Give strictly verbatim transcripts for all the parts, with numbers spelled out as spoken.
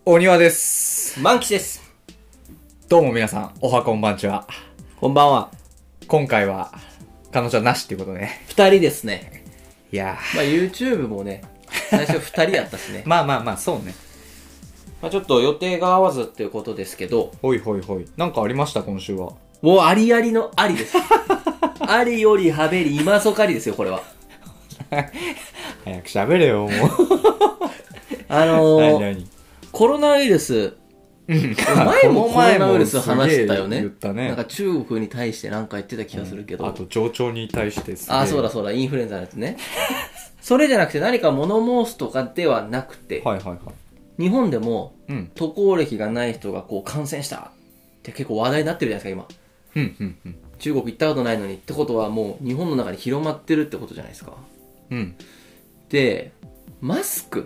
お庭です。 満吉です。 どうも皆さん、おはこんばんちは。 こんばんは。 今回は、彼女はなしっていうことでね。 二人ですね。 いやー。まあ YouTube もね、最初二人やったしね。 まあまあまあ、そうね。 まあちょっと予定が合わずっていうことですけど。 ほいほいほい。なんかありました今週は。 もうありありのありです。ありよりはべり、今そかりですよ、これは。 早く喋れよ、もう。 あのー、 何何コロナウイルス、 うん、 前もコロナウイルス話したよね。 言ったね。 なんか中国に対してなんか言ってた気がするけど。 うん、あと上長に対してすげえ。 あ、そうだそうだ、インフルエンザのやつね。それじゃなくて何か物申すとかではなくて、 はいはいはい。 日本でも、 うん、 渡航歴がない人がこう感染したって結構話題になってるじゃないですか、 今。うんうんうん。 中国行ったことないのにってことはもう日本の中に広まってるってことじゃないですか。 うん。 で、マスク。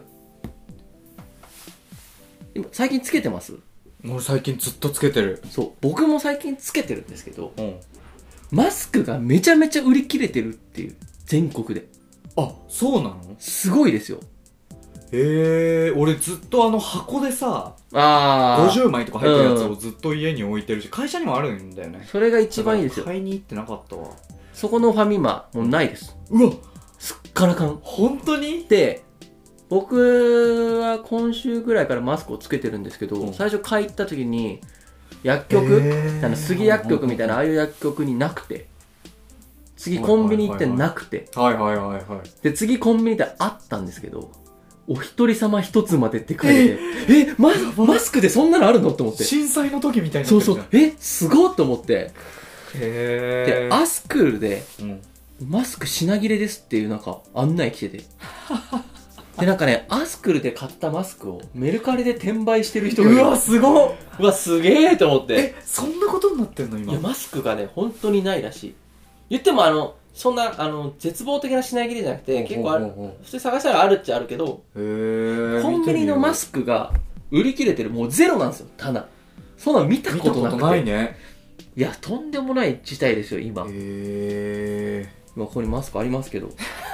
今、最近つけてます？ 俺最近ずっとつけてる。 そう。僕も最近つけてるんですけど、 うん。 マスクがめちゃめちゃ売り切れてるっていう。全国で。 あ、そうなの？ すごいですよ。 へえ、俺ずっとあの箱でさ、 あー。 ごじゅうまいとか入ってるやつをずっと家に置いてるし、会社にもあるんだよね。 それが一番いいですよ。 買いに行ってなかったわ。 そこのファミマ、もうないです。 うわ、 すっからかん。 本当に？ で、僕は今週ぐらいからマスクをつけてるんですけど、 うん、 最初買い行った時に薬局、あの杉薬局みたいなああいう薬局になくて、次コンビニ行ってなくて、 はいはいはいはい。 で次コンビニであったんですけど、お一人様一つまでって書いてて、ええマ、マスクでそんなのあるのって思って、 震災の時みたいな。 そうそう、えすごっと思って、 へでアスクールで、 うん、 マスク品切れですっていうなんか案内来てて。で、なんかね、アスクルで買ったマスクをメルカリで転売してる人がいる。 うわ、すごっ。 うわ、すげーと思って。 え、そんなことになってんの今。 いや、マスクがね、本当にないらしい。言ってもあの、そんな、あの、絶望的な品切れじゃなくて、結構ある、普通探したらあるっちゃあるけど、 へー、 コンビニのマスクが売り切れてる、もうゼロなんですよ、棚。そんなの見たことなくて。見たことないね。いや、とんでもない事態ですよ、今。 へー。 今ここにマスクありますけど。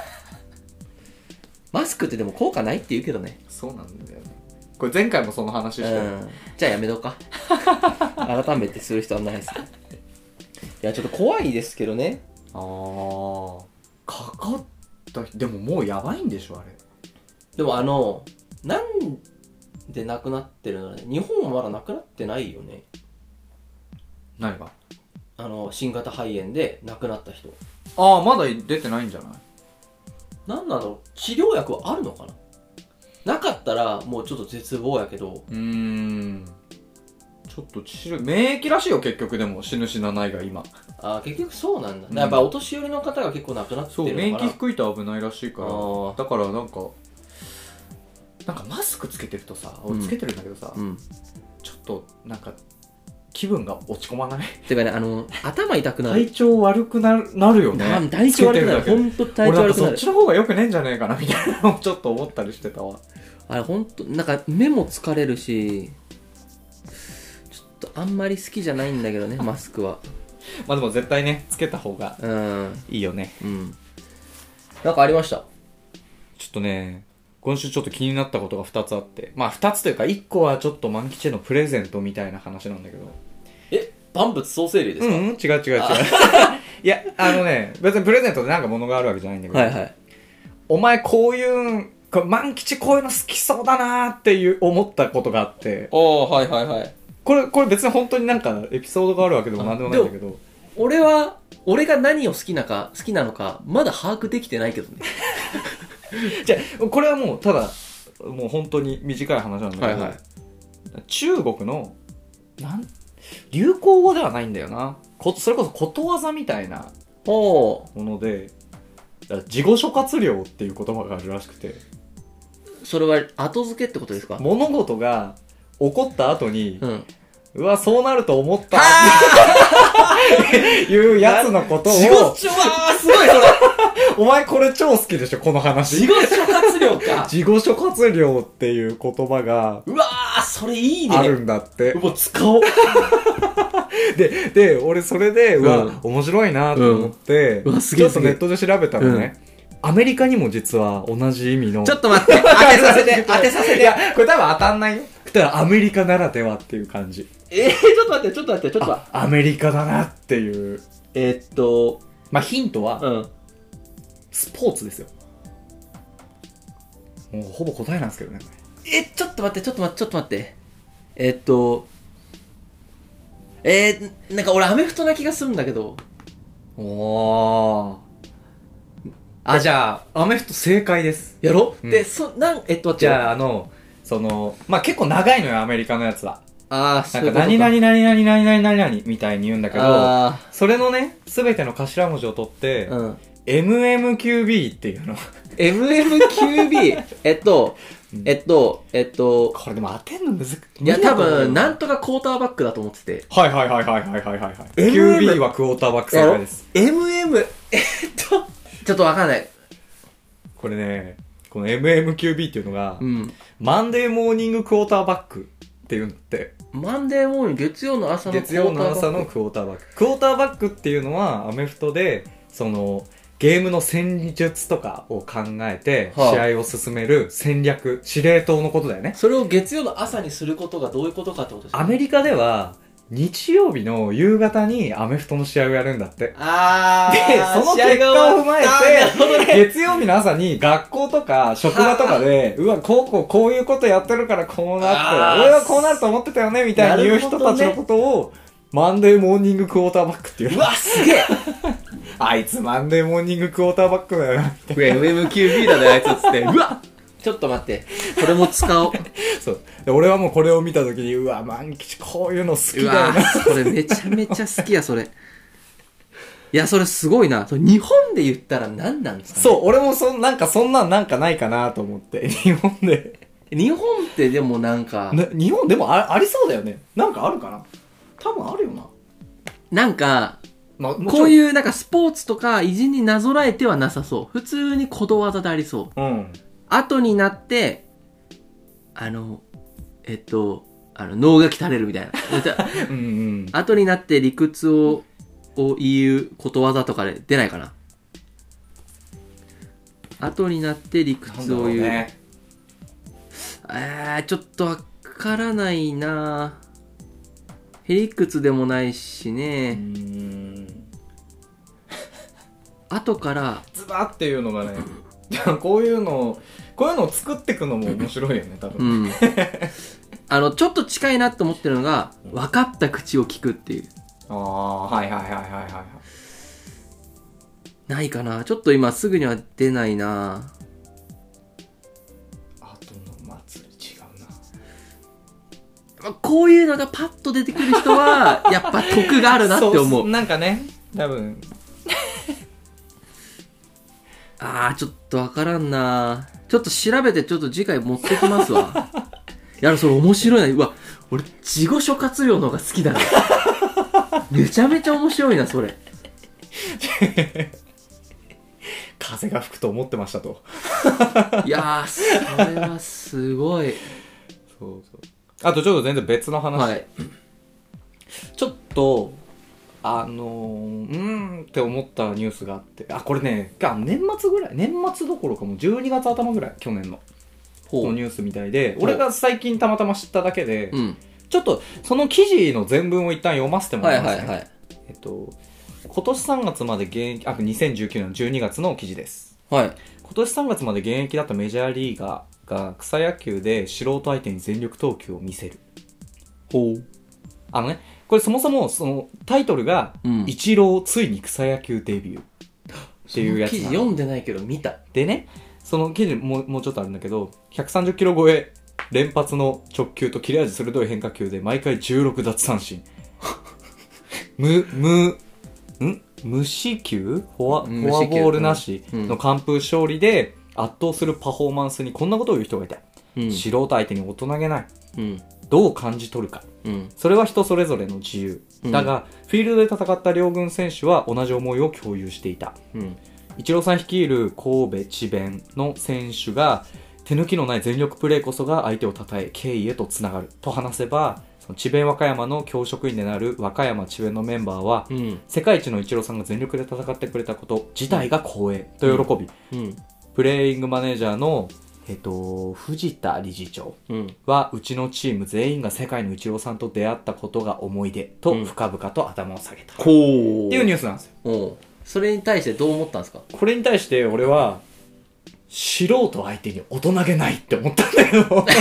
マスクってでも効果ないって言うけどね。 そうなんだよね。これ前回もその話してる、うん、 じゃあやめとか。改めてする人はないですね。いや、ちょっと怖いですけどね。 あー。かかった人、でももうやばいんでしょ、あれ。 でもあの、なんで亡くなってるのね。日本はまだ亡くなってないよね。 何が？ あの、新型肺炎で亡くなった人。 ああ、まだ出てないんじゃない？ なんなの？治療薬はあるのかな？なかったらもうちょっと絶望やけど。 うーん。ちょっと治療、免疫らしいよ結局。でも死ぬ死なないが今。 ああ、結局そうなんだ。うん、やっぱお年寄りの方が結構亡くなってるのかな。そう、 免疫低いと危ないらしいから。だからなんか、なんかマスクつけてるとさ、俺つけてるんだけどさ、うん、ちょっとなんか気分が落ち込まない？ てかね、あの、頭痛くなる。 体調悪くなる、なるよね。 体調悪くなる。ほんと体調悪くなる。 俺なんかそっちの方が良くねえんじゃねえかなみたいなのをちょっと思ったりしてたわ。 あれほんと、なんか目も疲れるし、ちょっとあんまり好きじゃないんだけどね、マスクは。 まあでも絶対ね、つけた方がいいよね。 うん。うん。なんかありました？ ちょっとね、今週ちょっと気になったことがふたつあって。まあふたつというか、いっこはちょっと万吉へのプレゼントみたいな話なんだけど。 え？万物創生類ですか？ うん、うん、違う違う違う。いや、あのね、別にプレゼントでなんか物があるわけじゃないんだけど。 はいはい。 お前こういう、万吉こういうの好きそうだなーっていう思ったことがあって。 おー、はいはいはい。 これ、これ別に本当になんかエピソードがあるわけでもなんでもないんだけど。 俺は、俺が何を好きなか、好きなのか、まだ把握できてないけどね。 じゃあ、これはもう、ただ、もう本当に短い話なんだけど、はいはい、中国の、なん、流行語ではないんだよな。こそれこそことわざみたいなもので、事後諸葛亮っていう言葉があるらしくて。 それは後付けってことですか？ 物事が起こった後に、うん、うわ、そうなると思ったっていうやつのことを。 事後諸、わー、すごいそれ。 お前これ超好きでしょ、この話。 事後諸葛亮か。 事後諸葛亮っていう言葉が。 うわー、それいいね。 あるんだって。 もう使おう。 で、で、俺それで、うわ、うん、面白いなと思って、うん、ちょっとネットで調べたのね。うん、アメリカにも実は同じ意味の。 ちょっと待って、当てさせて、当てさせて。いや、これ多分当たんないよ。 ったらアメリカならではっていう感じ。 えー、ちょっと待って、ちょっと待って、ちょっと待って。 アメリカだなっていう。 えー、っと、 まあ、ヒントは、 うん。 スポーツですよ。もうほぼ答えなんですけどね。 え、ちょっと待って、ちょっと待って、ちょっと待って。えー、っと、えー、なんか俺アメフトな気がするんだけど。 おー。あ、じゃあ、アメフト正解です。 やろ、 うん、 で、そ、なん、えっと、 じゃあ、あの、その、まあ、結構長いのよ、アメリカのやつは。 ああ、 なんか、何々何々何々何々みたいに言うんだけど、それのね、すべての頭文字を取って、うん、エムエムキュービー っていうの。 エムエムキュービー? えっと、えっと、えっと、 これでも当てんの難しい。 いや、多分、なんとかクォーターバックだと思ってて。 はいはいはいはいはいはいはい。キュービー はクォーターバック正解です。 エムエム、えっと、ちょっとわかんない。 これね、この エムエムキュービー っていうのが、うん、マンデーモーニングクォーターバックっていうんだって。 マンデーモーニング、月曜の朝のクォーターバック。月曜の朝のクォーターバック。クォーターバックっていうのは、アメフトで、その、ゲームの戦術とかを考えて、試合を進める戦略、司令塔のことだよね。 それを月曜の朝にすることがどういうことかってことですか？ アメリカでは、日曜日の夕方にアメフトの試合をやるんだって。あー。で、その結果を踏まえて、月曜日の朝に学校とか職場とかで、うわ、こうこうこういうことやってるからこうなって、俺はこうなると思ってたよね、みたいに言う人たちのことを、マンデーモーニングクォーターバックっていう。 うわ、すげえあいつマンデーモーニングクォーターバックだよな、みたいな。エムエムキュービー だね、あいつつって。うわちょっと待って。これも使おう。 そう。で俺はもうこれを見たときに、うわ、万吉こういうの好きだよな。 これめちゃめちゃ好きや、それ。いや、それすごいな。日本で言ったら何なんですかね。 そう、俺もそん、なんかそんなんなんかないかなと思って。日本で。 日本ってでもなんか。 な日本でも あ, ありそうだよね。なんかあるかな。多分あるよな。 なんか、まあ、こういうなんかスポーツとか偉人になぞらえてはなさそう。普通にことわざでありそう。うん。後になって、あの、えっと、あの、脳が鍛れるみたいな。うんうん。後になって理屈を、を言うことわざとかで出ないかな。後になって理屈を言う。うね、えー、ちょっとわからないなへりくつでもないしね。うーん。後から。 ズバっていうのがね、こういうのを、こういうのを作っていくのも面白いよね、多分。うん。 あの、ちょっと近いなと思ってるのが、分かった口を聞くっていう。 ああ、はいはいはいはいはい。 ないかな。ちょっと今すぐには出ないな。 後の祭り違うな。こういうのがパッと出てくる人は、やっぱ得があるなって思う。 そうなんかね、多分。 あー、ちょっとわからんな。ちょっと調べてちょっと次回持ってきますわ。いや、それ面白いな。うわ、俺、事後諸葛亮の方が好きだな。めちゃめちゃ面白いな、それ。 風が吹くと思ってましたと。 いやー、それはすごい。 そうそう。あとちょっと全然別の話。はい。ちょっと、あのー、うーんって思ったニュースがあって、あ、これね、年末ぐらい、年末どころかもうじゅうにがつ頭ぐらい、去年の、のニュースみたいで、俺が最近たまたま知っただけで、うん、ちょっとその記事の全文を一旦読ませてもらいますね。はいはいはい。えっと、今年さんがつまで現役、あ、にせんじゅうきゅうねんのじゅうにがつの記事です。はい。今年さんがつまで現役だったメジャーリーガーが草野球で素人相手に全力投球を見せる。ほう。あのね、これそもそもそのタイトルが、うん、イチローついに草野球デビューっていうやつなの。 その記事読んでないけど見た。 でね、その記事もう、もうちょっとあるんだけど、ひゃくさんじゅっキロ超え、連発の直球と切れ味鋭い変化球で毎回じゅうろく奪三振。無、無、ん無四球フォア、フォアボールなしの完封勝利で圧倒するパフォーマンスにこんなことを言う人がいて、うん、素人相手に大人げない。うん、どう感じ取るか、うん、それは人それぞれの自由、うん、だがフィールドで戦った両軍選手は同じ思いを共有していた、うん、イチローさん率いる神戸智弁の選手が手抜きのない全力プレーこそが相手を称え敬意へとつながると話せば、その智弁和歌山の教職員でなる和歌山智弁のメンバーは、うん、世界一のイチローさんが全力で戦ってくれたこと自体が光栄と喜び、うんうん、プレイングマネージャーのえっと、藤田理事長は、うん、うちのチーム全員が世界のイチローさんと出会ったことが思い出と深々と頭を下げた、うん、っていうニュースなんですよ。 おそれに対してどう思ったんですか？ これに対して俺は素人相手に大人げないって思ったんだけどこ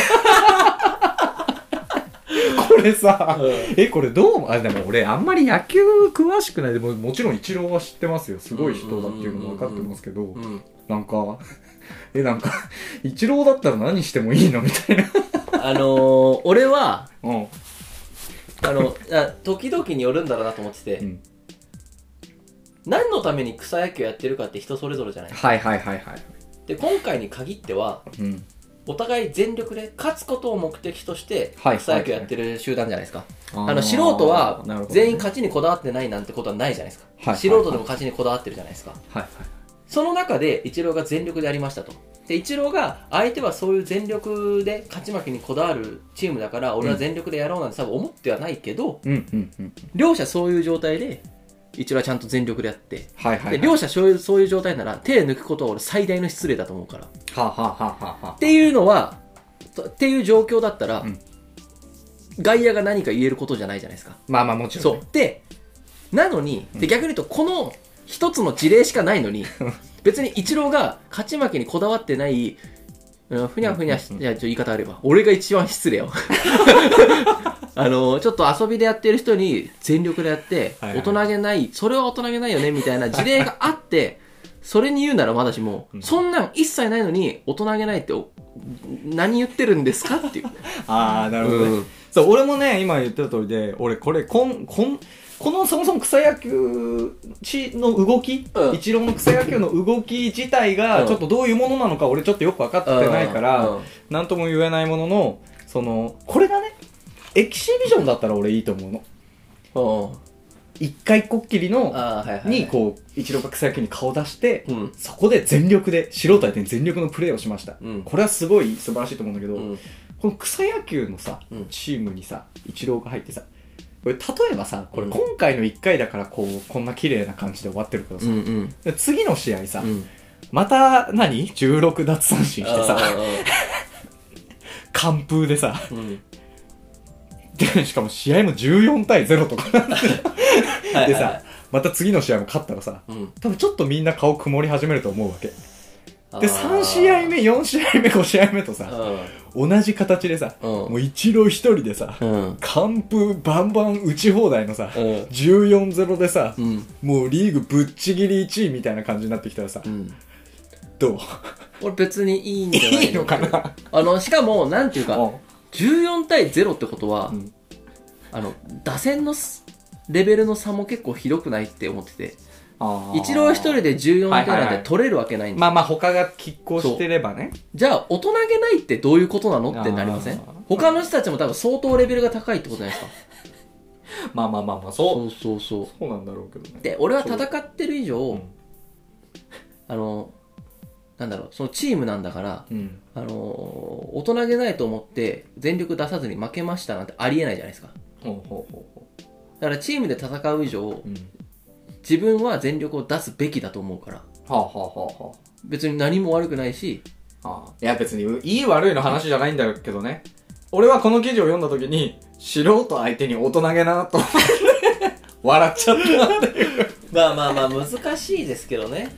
れさ、うん、えこれどうあでも俺あんまり野球詳しくないでももちろんイチローは知ってますよ。すごい人だっていうのも分かってますけど、うん、なんかえなんかイチローだったら何してもいいのみたいなあのー、俺は、うん、あのあ時々によるんだろうなと思ってて、うん、何のために草野球やってるかって人それぞれじゃないですか。 はいはいはいはい。 で今回に限っては、うん、お互い全力で勝つことを目的として草野球やってる集団じゃないですか、はいはいはい、あの素人は全員勝ちにこだわってないなんてことはないじゃないですか、はいはいはい、素人でも勝ちにこだわってるじゃないですか、はいはい、その中でイチローが全力でやりましたと。でイチローが相手はそういう全力で勝ち負けにこだわるチームだから俺は全力でやろうなんて多分思ってはないけど、うんうんうんうん、両者そういう状態でイチローはちゃんと全力でやって、はいはいはい、で両者そういう、そういう状態なら手を抜くことは俺最大の失礼だと思うから、はあはあはあはあ、っていうのはっていう状況だったら、うん、外野が何か言えることじゃないじゃないですか。 まあまあもちろん、ね、 そうでなのにで逆に言うとこの一つの事例しかないのに別にイチローが勝ち負けにこだわってないふにゃふにゃし、うんうん、いやちょ言い方あれば俺が一番失礼よあのちょっと遊びでやってる人に全力でやって、はいはい、大人げないそれは大人げないよねみたいな事例があってそれに言うならまだしも、うん、そんなん一切ないのに大人げないって何言ってるんですかっていうああなるほどね、うん、そう俺もね今言ってた通りで俺これこんこんこのそもそも草野球の動き、うん、イチローの草野球の動き自体がちょっとどういうものなのか俺ちょっとよく分かってないから何とも言えないもののそのこれがねエキシビジョンだったら俺いいと思うの。一回こっきりの、はいはいはい、にこうイチローが草野球に顔出して、うん、そこで全力で素人相手に全力のプレーをしました、うん、これはすごい素晴らしいと思うんだけど、うん、この草野球のさ、うん、チームにさイチローが入ってさこれ例えばさこれ今回のいっかいだからこうこんな綺麗な感じで終わってるけどさ、うんうん、次の試合さ、うん、また何じゅうろく奪三振してさ完封でさ、うんでしかも試合もじゅうよんたいゼロとかなんではいでさ、はいはい、また次の試合も勝ったらさ、うん、多分ちょっとみんな顔曇り始めると思うわけでさん試合目よん試合目ご試合目とさ、うん、同じ形でさ、うん、もう一郎一人でさ、うん、完封バンバン打ち放題のさ、うん、じゅうよんゼロでさ、うん、もうリーグぶっちぎりいちいみたいな感じになってきたらさ、うん、どう俺別にいいんじゃないのいいのかなあのしかもなんていうか、うんじゅうよんたいゼロってことは、うん、あの打線のレベルの差も結構ひどくないって思っててイチロー一人でじゅうよんてんなんて取れるわけないんです、 はいはいはい、まあまあ他が拮抗してればねじゃあ大人げないってどういうことなのってなりません？他の人たちも多分相当レベルが高いってことじゃないですかまあまあまあまあそうそうそうそうそうなんだろうけどねで俺は戦ってる以上、うん、あのなんだろうそのチームなんだから、うん、あのー、大人げないと思って全力出さずに負けましたなんてありえないじゃないですか。ほうほうほうほうだからチームで戦う以上、うん、自分は全力を出すべきだと思うから、はあはあはあ、別に何も悪くないし、 はあ、いや別にいい悪いの話じゃないんだけどね俺はこの記事を読んだ時に素人相手に大人げなと思って笑っちゃったっていうまあまあまあ難しいですけどね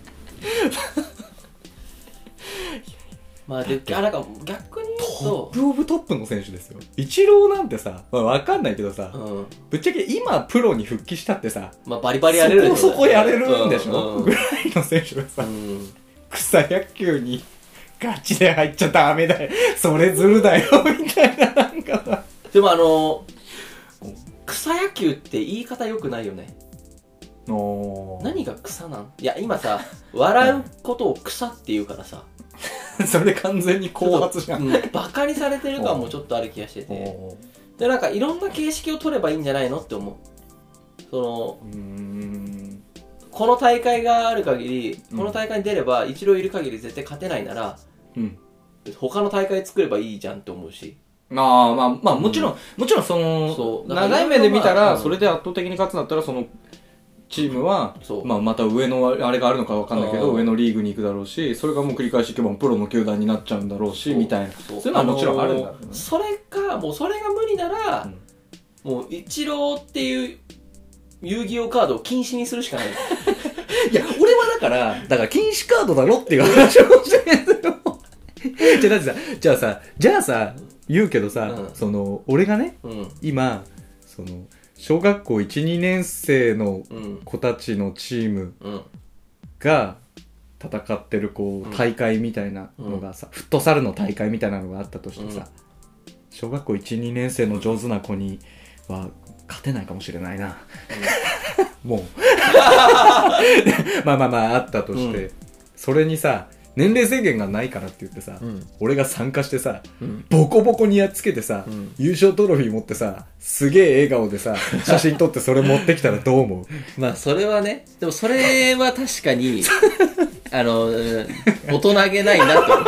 まあであなんか逆に言うとトップオブトップの選手ですよイチローなんてさ、まあ、分かんないけどさ、うん、ぶっちゃけ今プロに復帰したってさ、 まあ、バリバリやれるそこそこやれるんでしょ、うんうん、ぐらいの選手がさ、うん、草野球にガチで入っちゃダメだよそれずるだよみたいななんかさでもあの草野球って言い方良くないよね何が草なんいや今さ笑うことを草って言うからさそれで完全に後発じゃん、 うん、バカにされてる感もちょっとある気がしててでなんかいろんな形式を取ればいいんじゃないのって思うそのうーんこの大会がある限りこの大会に出ればイチローいる限り絶対勝てないなら、うん、他の大会作ればいいじゃんって思うしまあまあまあもちろん、うん、もちろんそのそう長い目で見たらそれで圧倒的に勝つんだったらそのチームは、まあ、また上のあれがあるのか分かんないけど、上のリーグに行くだろうし、それがもう繰り返しいけばプロの球団になっちゃうんだろうし、みたいな。そういうのはもちろんあるんだろうね。 あのー、それか、もうそれが無理なら、うん、もうイチローっていう遊戯王カードを禁止にするしかない。 いや、俺はだから、だから禁止カードだろっていう話をしてるんですよ。じゃあだってさ、じゃあさ、じゃあさ、言うけどさ、うん、その、俺がね、うん、今、その、小学校いち、にねん生の子たちのチームが戦ってるこう大会みたいなのがさ、フットサルの大会みたいなのがあったとしてさ、小学校いち、にねん生の上手な子には勝てないかもしれないな。うん、もう。まあまあまああったとして、うん、それにさ、年齢制限がないからって言ってさ、うん、俺が参加してさ、うん、ボコボコにやっつけてさ、うん、優勝トロフィー持ってさ、すげえ笑顔でさ、写真撮ってそれ持ってきたらどう思う？ まあそれはね、でもそれは確かに、あの、大人げないなと。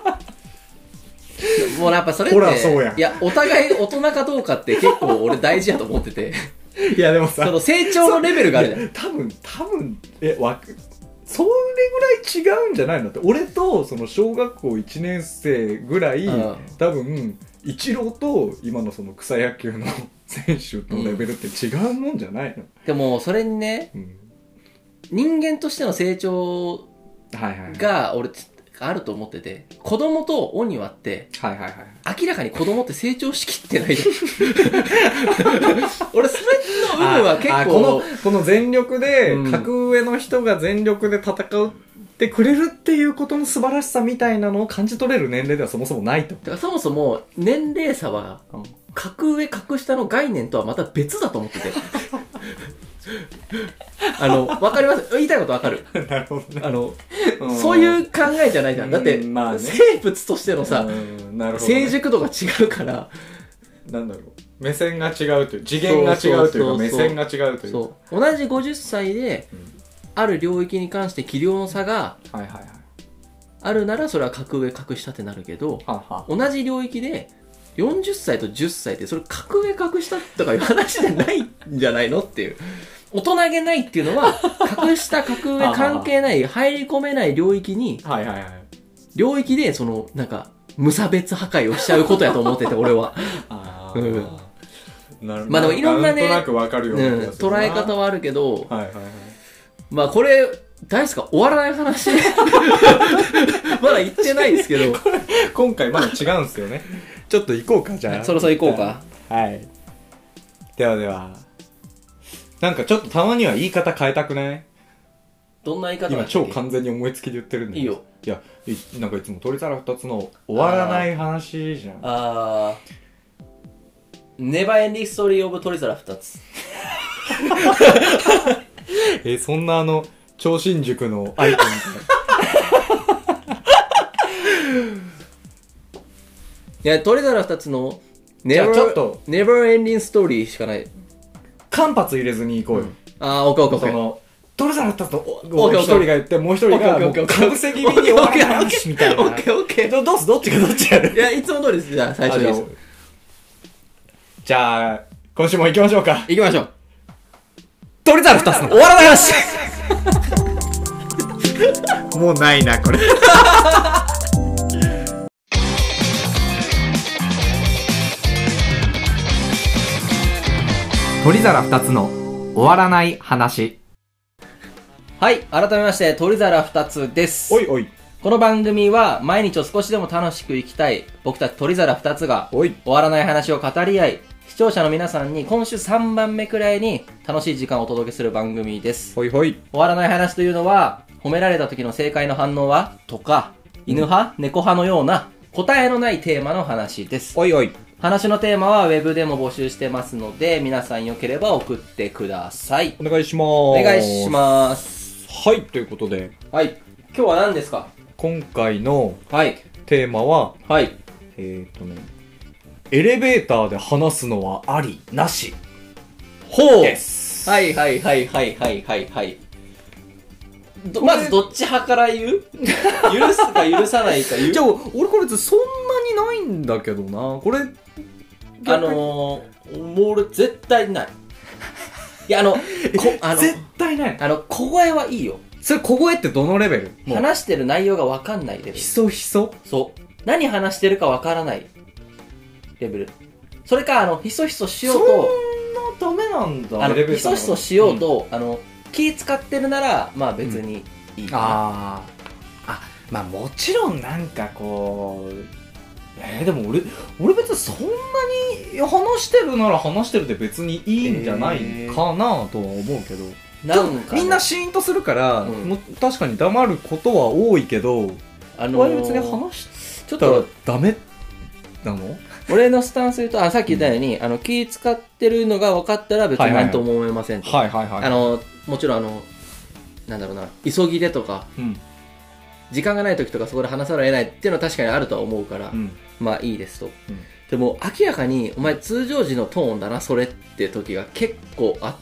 もうやっぱそれって、 ほらそうやん。 いや、お互い大人かどうかって結構俺大事やと思ってて。 いやでもさ、 その成長のレベルがあるじゃん。 多分、多分、え、わく、それぐらい違うんじあるのって、俺とその小学校いちねん生ぐらい、うん、多分イチローと今のその草野球の選手のレベルって違うもんじゃないの、うん、 でもそれにね、うん、人間としての成長が俺あると思ってて、子供と鬼はって、はいはいはい、明らかに子供って成長しきってないじゃん。俺それの部分は結構このこの全力で、うん、格上の人が全力で戦ってくれるっていうことの素晴らしさみたいなのを感じ取れる年齢ではそもそもないと。 だからそもそも年齢差は、うん、格上格下の概念とはまた別だと思ってて。あの、わかります。言いたいことわかる。 なるほどね。 あの、そういう考えじゃないじゃん。だって、まあね、生物としてのさ、なるほどね、成熟度が違うから、 なんだろう。目線が違うという、次元が違うというか、目線が違うというか。そう。同じごじゅっさいで、うん、ある領域に関して器量の差が、はいはいはい、あるならそれは格上格下ってなるけど、はは同じ領域で、よんじゅっさいとじゅっさいってそれ格上格下とかいう話じゃないんじゃないのっていう。大人げないっていうのは、格下格上関係ない、入り込めない領域に、はいはいはい、領域でその、なんか、無差別破壊をしちゃうことやと思ってて、俺は。あうん、なるほど。まあでもいろんなね、 なんとなくわかるような気がするな、 捉え方はあるけど、はいはいはい、まあこれ、大ですか終わらない話まだ言ってないですけど。 今回まだ違うんですよね。ちょっと行こうか、じゃあ。 そろそろ行こうか。 はい。ではでは。なんかちょっとたまには言い方変えたくない？ どんな言い方だっけ？ 今超完全に思いつきで言ってるんで。 いいよ。 いや、いなんかいつも鳥皿二つの終わらない話じゃん。あー。ネバーエンディングストーリーオブ鳥皿二つ。 え、そんなあの、超新塾のアイコンみたいな。 いや、鳥皿二つのネバー、ちょっとネバーエンディングストーリーしかない。 間髪入れずに行こうよ。うん、 あー、オッケーオッケーオッケー。 その、鳥皿二つと、一人が言って、もう一人が、かぶせ気味に終わる話みたいな。 オッケーオッケー。 どうすどっちかどっちやる？ いや、いつも通りです。じゃあ、最初です。 じゃあ、今週も行きましょうか。 行きましょう。 鳥皿二つの終わらない話。もうないな、これ。鳥皿二つの終わらない話。 はい、改めまして鳥皿二つです。 おいおい。 この番組は毎日を少しでも楽しく生きたい僕たち鳥皿二つが終わらない話を語り合い、視聴者の皆さんに今週さんばんめくらいに楽しい時間をお届けする番組です。 ほいほい。 終わらない話というのは、褒められた時の正解の反応はとか、犬派、うん、猫派のような答えのないテーマの話です。 おいおい。 話のテーマはウェブでも募集してますので、皆さんよければ送ってください。 お願いします。 お願いします。 はい、ということで。 はい。今日は何ですか？ 今回のテーマは、 はい。 えっとね、エレベーターで話すのはあり、なし。 ほうです。 はいはいはいはいはいはいはい。まずどっち派から言う？許すか許さないか言う？ じゃあ、俺これ別にそんなにないんだけどな。これ、 あのー、もう俺絶対ない。 いや、あの、こあの絶対ない。 あの、小声はいいよ。 それ小声ってどのレベル？ 話してる内容が分かんないレベル。 ひそひそ？ そう。何話してるか分からないレベル。それか、あの、ひそひそしようと。 そんなダメなんだ。 あの、ひそひそしようと、うん、あの、気使ってるなら、まあ別にいいかな。うん、 ああ。まあもちろんなんかこう、えー、でも俺、俺別にそんなに話してるなら話してるで別にいいんじゃないかなとは思うけど。なんかね、みんなシーンとするから、うん、も確かに黙ることは多いけど、あのー、別に話したらダメなの？ 俺のスタンス言うと、あ、さっき言ったように、うん、あの気使ってるのが分かったら別に何とも思いませんと。はいはいはい。あの、もちろんあの、なんだろうな、急ぎでとか、うん、時間がない時とかそこで話さざるを得ないっていうのは確かにあるとは思うから、うん、まあいいですと。うん、でも明らかに、お前通常時のトーンだな、それって時が結構あって。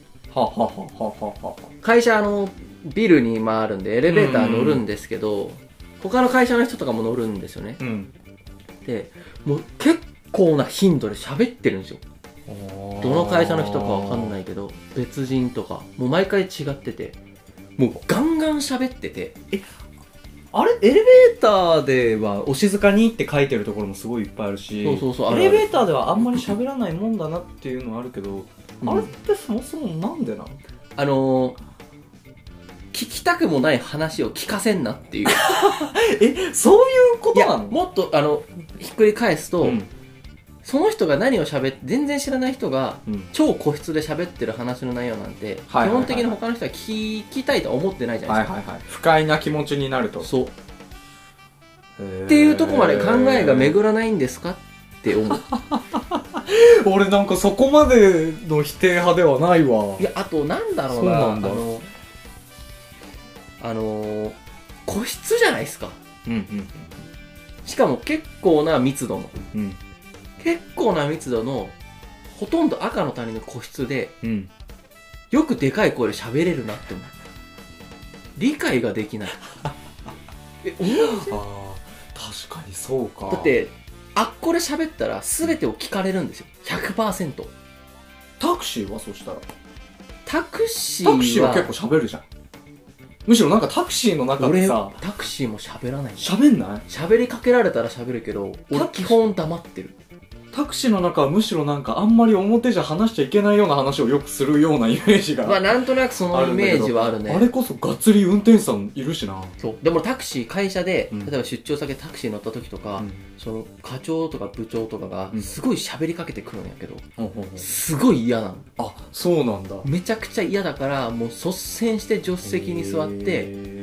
ははははは会社あのビルに回るんでエレベーター乗るんですけど、うん、他の会社の人とかも乗るんですよね、うん、でもう結構な頻度で喋ってるんですよ。どの会社の人かわかんないけど別人とかもう毎回違ってて、もうガンガン喋ってて、 えあれエレベーターではお静かにって書いてるところもすごいいっぱいあるし、そうそうそう、エレベーターではあんまり喋らないもんだなっていうのはあるけど、うん、あれってそもそもなんでなの？ あのー、聞きたくもない話を聞かせんなっていうえ、そういうことなの？ もっとあのひっくり返すと、うん、その人が何を喋って全然知らない人が、うん、超個室で喋ってる話の内容なんて、はいはいはいはい、基本的に他の人は聞きたいとは思ってないじゃないですか、はいはいはい、 不快な気持ちになると。 そうっていうとこまで考えが巡らないんですかって思う俺なんかそこまでの否定派ではないわ。 いや、あとなんだろうな、そうなんだ、あのあの個室じゃないですか、うんうんうん、しかも結構な密度の、うん、結構な密度のほとんど赤の他人の個室で、うん、よくでかい声で喋れるなって思う。理解ができないえ、思いません？あ、 確かにそうか。 だってあっこで喋ったら全てを聞かれるんですよ、 ひゃくパーセント。 タクシーはそしたらタクシーはタクシーは結構喋るじゃん。むしろなんかタクシーの中でさ、 俺タクシーも喋らない。 喋んない？ 喋りかけられたら喋るけど、俺基本黙ってる。 タクシーの中はむしろなんかあんまり表じゃ話しちゃいけないような話をよくするようなイメージが、 まあなんとなくそのイメージはあるね。 あれこそがっつり運転手さんいるしな。 そうでもタクシー会社で、うん、例えば出張先でタクシー乗った時とか、うん、その課長とか部長とかがすごい喋りかけてくるんやけど、うん、すごい嫌なの。 あ、そうなんだ。 めちゃくちゃ嫌だから、もう率先して助手席に座って、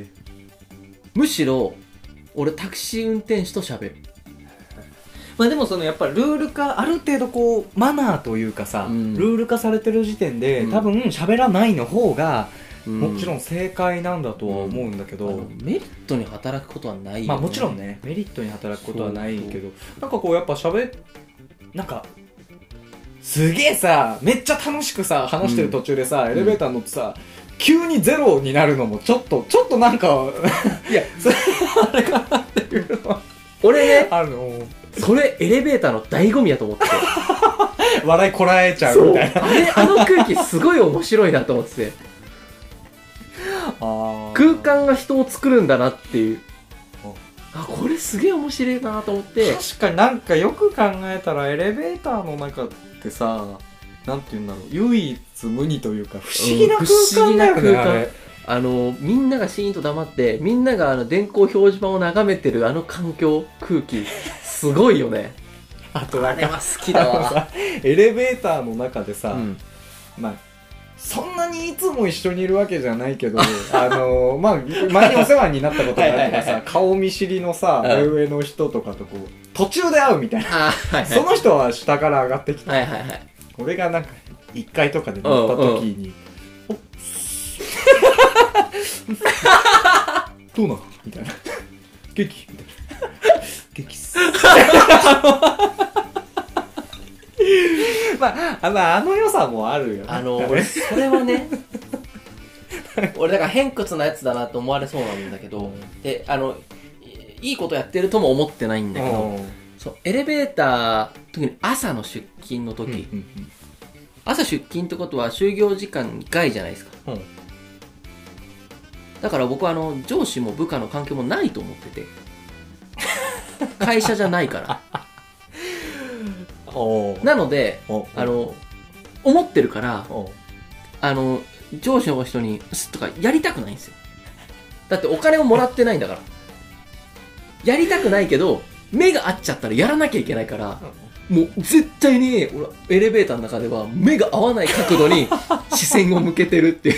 むしろ俺タクシー運転手と喋る。 まあでもそのやっぱりルール化、ある程度こうマナーというかさ、うん、ルール化されてる時点で、うん、多分喋らないの方が、うん、もちろん正解なんだとは思うんだけど、うん、 メリットに働くことはないよね。 まあもちろんね、メリットに働くことはないけど、なんかこうやっぱ喋なんかすげえさ、めっちゃ楽しくさ話してる途中でさ、うん、エレベーター乗ってさ、急にゼロになるのもちょっとちょっとなんかいやそれあれかなっていうのは俺ね、 あのそれエレベーターの醍醐味やと思って笑いこらえちゃうみたいな。 あれ、あの空気すごい面白いなと思っててあ、空間が人を作るんだなっていう、あ、これすげえ面白いなと思って。 確かになんかよく考えたらエレベーターの中ってさ、なんていうんだろう、唯一無二というか不思議な空間だよね、うん、不思議な空間。 あのみんながシーンと黙ってみんながあの電光表示板を眺めてるあの環境、空気すごいよね。 あとなんかあれは好きだわエレベーターの中でさ、うん、まあそんなにいつも一緒にいるわけじゃないけどあのまあ前にお世話になったことがあるとかさ顔見知りのさ、うん、上の人とかとこう途中で会うみたいな、はいはい、その人は下から上がってきて、はいはいはい、俺がなんかいっかいとかで乗った時に、おおどうなのみたいな元気みたいな元気っすまあ、あの、あの良さもあるよね。 あの俺それはね俺だから偏屈なやつだなと思われそうなんだけど、うん、であのいいことやってるとも思ってないんだけど、うん、そうエレベーター特に朝の出勤の時、うんうんうん、 朝出勤ってことは就業時間外じゃないですか、うん、だから僕はあの上司も部下の関係もないと思ってて会社じゃないからおなのであの思ってるからあの上司の人にすとかやりたくないんですよ。だってお金をもらってないんだからやりたくないけど目が合っちゃったらやらなきゃいけないから、もう絶対に俺エレベーターの中では目が合わない角度に視線を向けてるっていう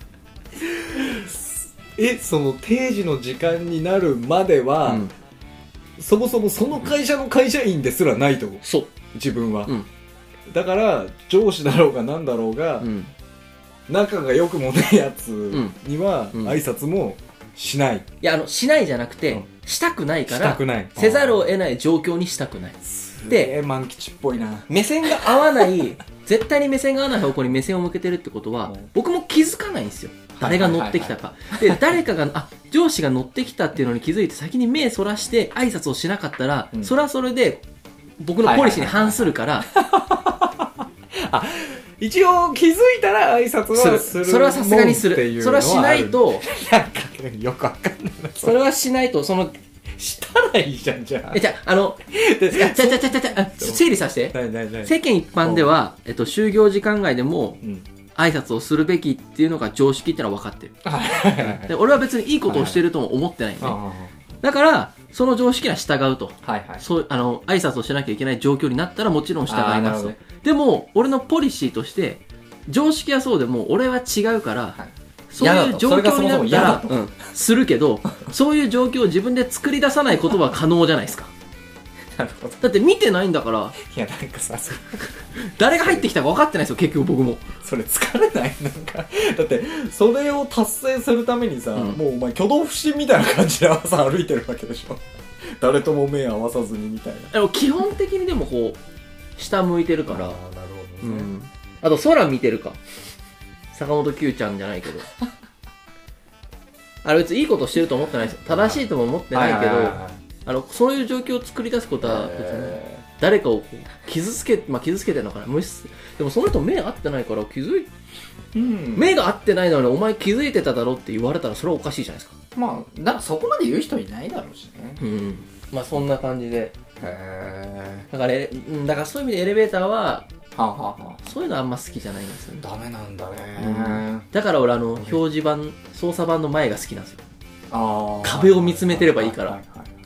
え、その定時の時間になるまでは、うん、そもそもその会社の会社員ですらないと思う。 そう自分は、うん、だから上司だろうがなんだろうが、うん、仲が良くもねえやつには挨拶もしない、うん、いやあのしないじゃなくて、うん、したくないからしたくないせざるを得ない状況にしたくない。 で万吉っぽいな。 目線が合わない絶対に目線が合わない方向に目線を向けてるってことは僕も気づかないんですよ、誰が乗ってきたか、はいはいはい、で誰かがあ上司が乗ってきたっていうのに気づいて先に目そらして挨拶をしなかったら、うん、それはそれで僕のポリシーに反するから、 あ一応気づいたら挨拶はする。 それはさすがにする。それはしないとなんかよくわかんないな。 それはしないとそのしたらいいじゃんじゃあ。 えじゃああのじゃじゃじゃじゃじゃ整理させて。世間一般ではえっと就業時間外でも、うん、挨拶をするべきっていうのが常識ってのは分かってる。で俺は別にいいことをしてるとも思ってないんで、ね。だからその常識は従うと。はいはい。そうあの挨拶をしなきゃいけない状況になったらもちろん従いますと。でも俺のポリシーとして常識はそうでも俺は違うから、はい、そういう状況になったら、うん、するけどそういう状況を自分で作り出さないことは可能じゃないですか。なるほど。だって見てないんだから。 いやなんかさ誰が入ってきたか分かってないですよ結局僕も。 それ疲れないなんかだってそれを達成するためにさ、うん、もうお前挙動不審みたいな感じで朝歩いてるわけでしょ誰とも目合わさずにみたいな。 でも基本的にでもこう下向いてるから。ああなるほどね、うん、あと空見てるか坂本九ちゃんじゃないけどあれ別にいいことしてると思ってないですよ。正しいとも思ってないけど、あのそういう状況を作り出すことは別に誰かを傷つけ、まあ、傷つけてるのかな。無視でもその人目合ってないから気づい、うん、目が合ってないのにお前気づいてただろって言われたらそれはおかしいじゃないですか。 まあだからそこまで言う人いないだろうしね。 うん、まあそんな感じで。へだから、だからそういう意味でエレベーターは、はあはあはあ、そういうのあんま好きじゃないんですよね。 ダメなんだね、 うん、だから俺あの表示板操作盤の前が好きなんですよ。あ壁を見つめてればいいから。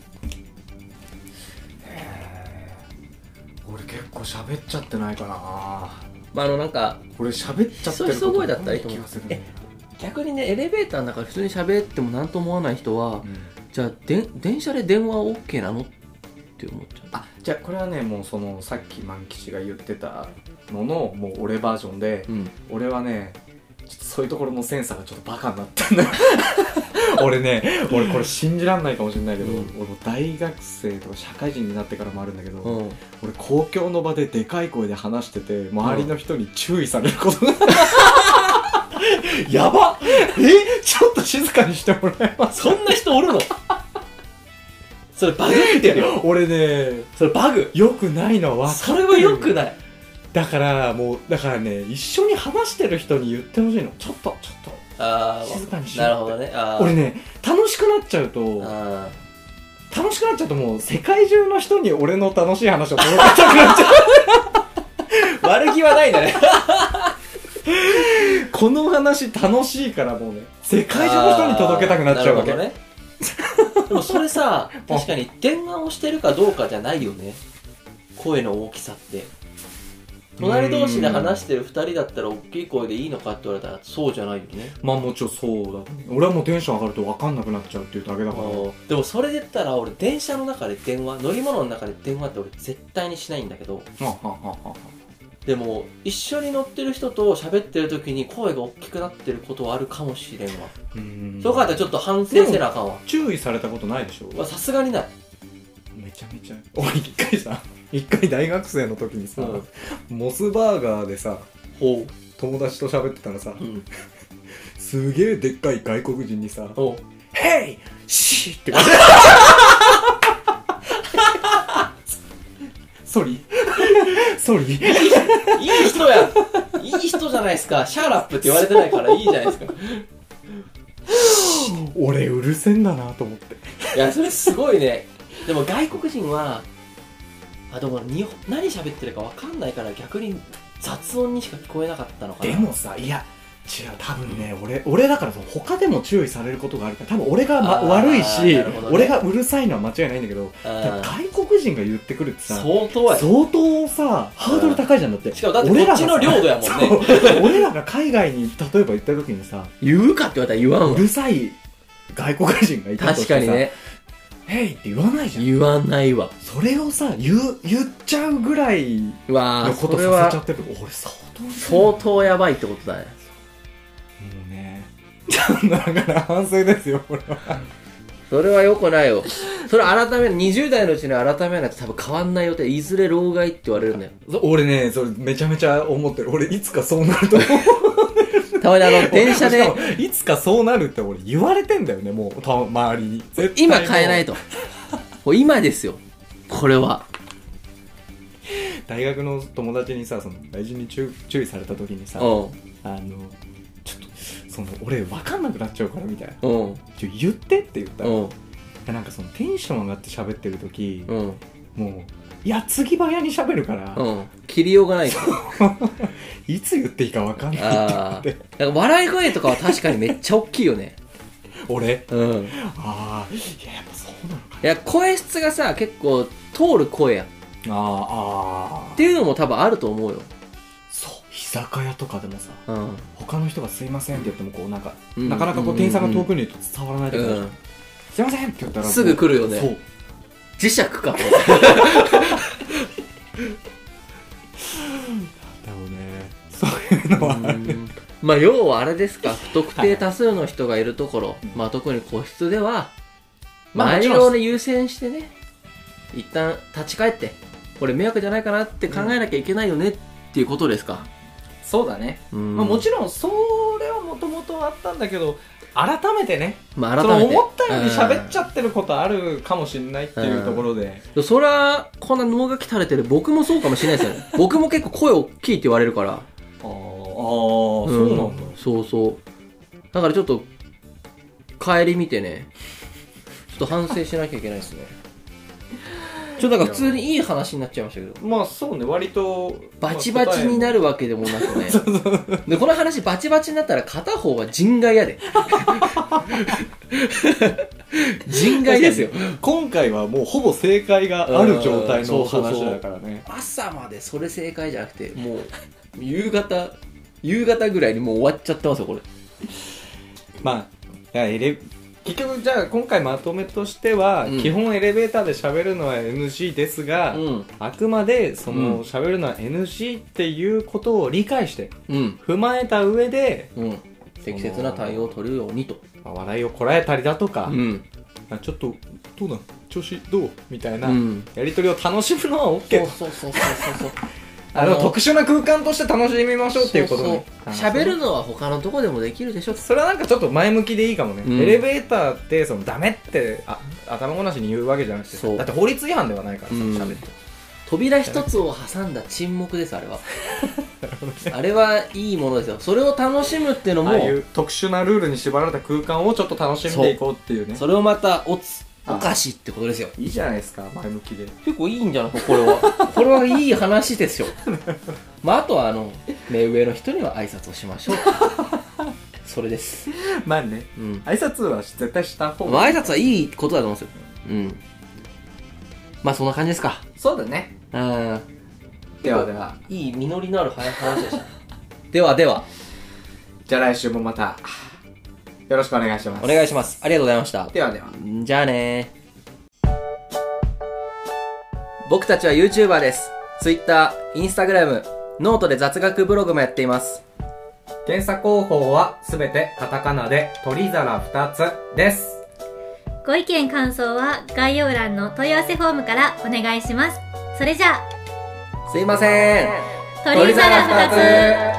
俺結構喋っちゃってないかな。 まああのなんか俺喋っちゃってること声だったらいいと思う。え逆にねエレベーターの中で普通に喋っても何とも思わない人は、うん、じゃあで電車で電話 OK なのって思っちゃう。 あじゃあこれはねもうそのさっき万吉が言ってたののもう俺バージョンで、うん、俺はねちょっとそういうところのセンサーがちょっとバカになってんだよ俺ね俺これ信じらんないかもしれないけど、うん、俺も大学生とか社会人になってからもあるんだけど、うん、俺公共の場ででかい声で話してて周りの人に注意されることが、うん、やばえちょっと静かにしてもらえます。 そんな人おるのそれバグってるよ。 俺ねそれバグよくないのは分かってる。 それはよくない。 だからもうだからね一緒に話してる人に言ってほしいの。ちょっとちょっとあ静かにしよう。なるほどね。あ俺ね楽しくなっちゃうとあ楽しくなっちゃうともう世界中の人に俺の楽しい話を届けたくなっちゃう悪気はないんだねこの話楽しいからもうね世界中の人に届けたくなっちゃうわけ。なるほどねでもそれさ確かに電話をしてるかどうかじゃないよね。声の大きさって隣同士で話してるふたりだったら大きい声でいいのかって言われたらそうじゃないよね。 まあもちろんそうだ。俺はもうテンション上がると分かんなくなっちゃうっていうだけだから。 でもそれで言ったら俺電車の中で電話乗り物の中で電話って俺絶対にしないんだけど、ははははでも一緒に乗ってる人と喋ってる時に声が大きくなってることはあるかもしれんわ。うんそうかったらちょっと反省せなあかんわ。 注意されたことないでしょ。 さすがにない。 めちゃめちゃ俺一回さ一回大学生の時にさ、うん、モスバーガーでさ友達と喋ってたらさ、うん、すげえでっかい外国人にさ「ヘイシー!」って感じソリーソリーいい人や女じゃないですか、シャーラップって言われてないからいいじゃないですか。 俺うるせんだなと思って。 いやそれすごいね。でも外国人はあでも日本何喋ってるか分かんないから逆に雑音にしか聞こえなかったのかな。 でもさ、いや違う、多分ね、俺俺だからその他でも注意されることがあるから多分俺が、ま、悪いし、ね、俺がうるさいのは間違いないんだけど、外国人が言ってくるってさ相当や相当さハードル高いじゃん。だってしかもだってこっちの領土やもんね。 俺らが海外に例えば行った時にさ言うかって言われたら言わんわ。 うるさい外国人がいたとしてさ、 確かにね、 ヘイって言わないじゃん。 言わないわ。 それをさ言う言っちゃうぐらいのことさせちゃってる。俺相当相当やばいってことだね。 もうねだから反省ですよこれは。 それは良くないよ。それ改めるにじゅう代のうちに改めないと多分変わんないよって、いずれ老害って言われるんだよ。 俺ねそれめちゃめちゃ思ってる。俺いつかそうなると思う。 たまにあの電車でいつかそうなるって俺言われてんだよね、もう周りに。絶対今変えないと。もう今ですよこれは。 大学の友達にさ、その大事に注注意された時にさ、あのちょっとその俺分かんなくなっちゃうからみたいな、ちょ言ってって言ったら、なんかそのテンション上がって喋ってる時、もう矢継ぎ早に喋るから、 うん、切りようがないからいつ言っていいか分かんないってって。 だから笑い声とかは確かにめっちゃ大きいよね。 俺うん。 ああ、いややっぱそうなのか。 いや声質がさ結構通る声や。 あああっていうのも多分あると思うよ。 そう、居酒屋とかでもさ、 うん、 他の人がすいませんって言ってもこうなんか、うん、なかなかこう店員さんが遠くにいると伝わらないとか、うん、すいませんって言ったらすぐ来るよね。 そう磁石か。だろうね。そういうのはある。 まあ要はあれですか、不特定多数の人がいるところ、はい、まあ特に個室では周りをね優先してね、一旦立ち返ってこれ迷惑じゃないかなって考えなきゃいけないよねっていうことですか。 そうだね。まあもちろんそれはもともとあったんだけど、改めてね、まあ、改めてその思ったように喋っちゃってることあるかもしれないっていうところで、 うん、それはこんな脳が垂れてる僕もそうかもしれないですよね。僕も結構声大きいって言われるから。ああ、 そうなんだ、うん、 そうそう。だからちょっと帰り見てね、ちょっと反省しなきゃいけないですね。ちょっとなんか普通にいい話になっちゃいましたけど。 まあそうね、割とバチバチになるわけでもなくね。でこの話バチバチになったら片方は人外やで。人外ですよ。 今回はもうほぼ正解がある状態の話だからね。 朝までそれ正解じゃなくて、もう夕方夕方ぐらいにもう終わっちゃってますよこれ。 まあいやエレ結局じゃあ今回まとめとしては、うん、基本エレベーターで喋るのは エヌジー ですが、うん、あくまでその喋るのは エヌジー っていうことを理解して、うん、踏まえた上で、うん、 適切な対応を取るようにと、 笑いをこらえたりだとか、うん、ちょっとどうだ調子どうみたいなやり取りを楽しむのは OK。 そうそうそうそうそうあの特殊な空間として楽しみましょうっていうことね。 喋るのは他のとこでもできるでしょ。 それはなんかちょっと前向きでいいかもね、うん、エレベーターってそのダメってあ頭ごなしに言うわけじゃなくて、だって法律違反ではないからさ、うん、喋って扉一つを挟んだ沈黙ですあれは。あれはいいものですよ。それを楽しむっていうのも、ああいう特殊なルールに縛られた空間をちょっと楽しんでいこうっていうね。 そ, それをまたおつおかしいってことですよ。 いいじゃないですか、前向きで。 結構いいんじゃないかこれは。これはいい話ですよ。まああとはあの目上の人には挨拶をしましょう。それです。 まあね、うん、挨拶は絶対した方がいい。 まあ、挨拶はいいことだと思うんですよ。うん。まあそんな感じですか。 そうだね。うん。ではでは、 いい実りのある話でした。ではでは、 じゃあ来週もまたよろしくお願いします。 お願いします。ありがとうございました。 ではでは。 じゃあねー。僕たちは YouTuber です。Twitter、Instagram、ノートで雑学ブログもやっています。 検査方法はすべてカタカナで鳥皿ふたつです。 ご意見感想は概要欄の問い合わせフォームからお願いします。それじゃあ。 すいません。 鳥皿ふたつ。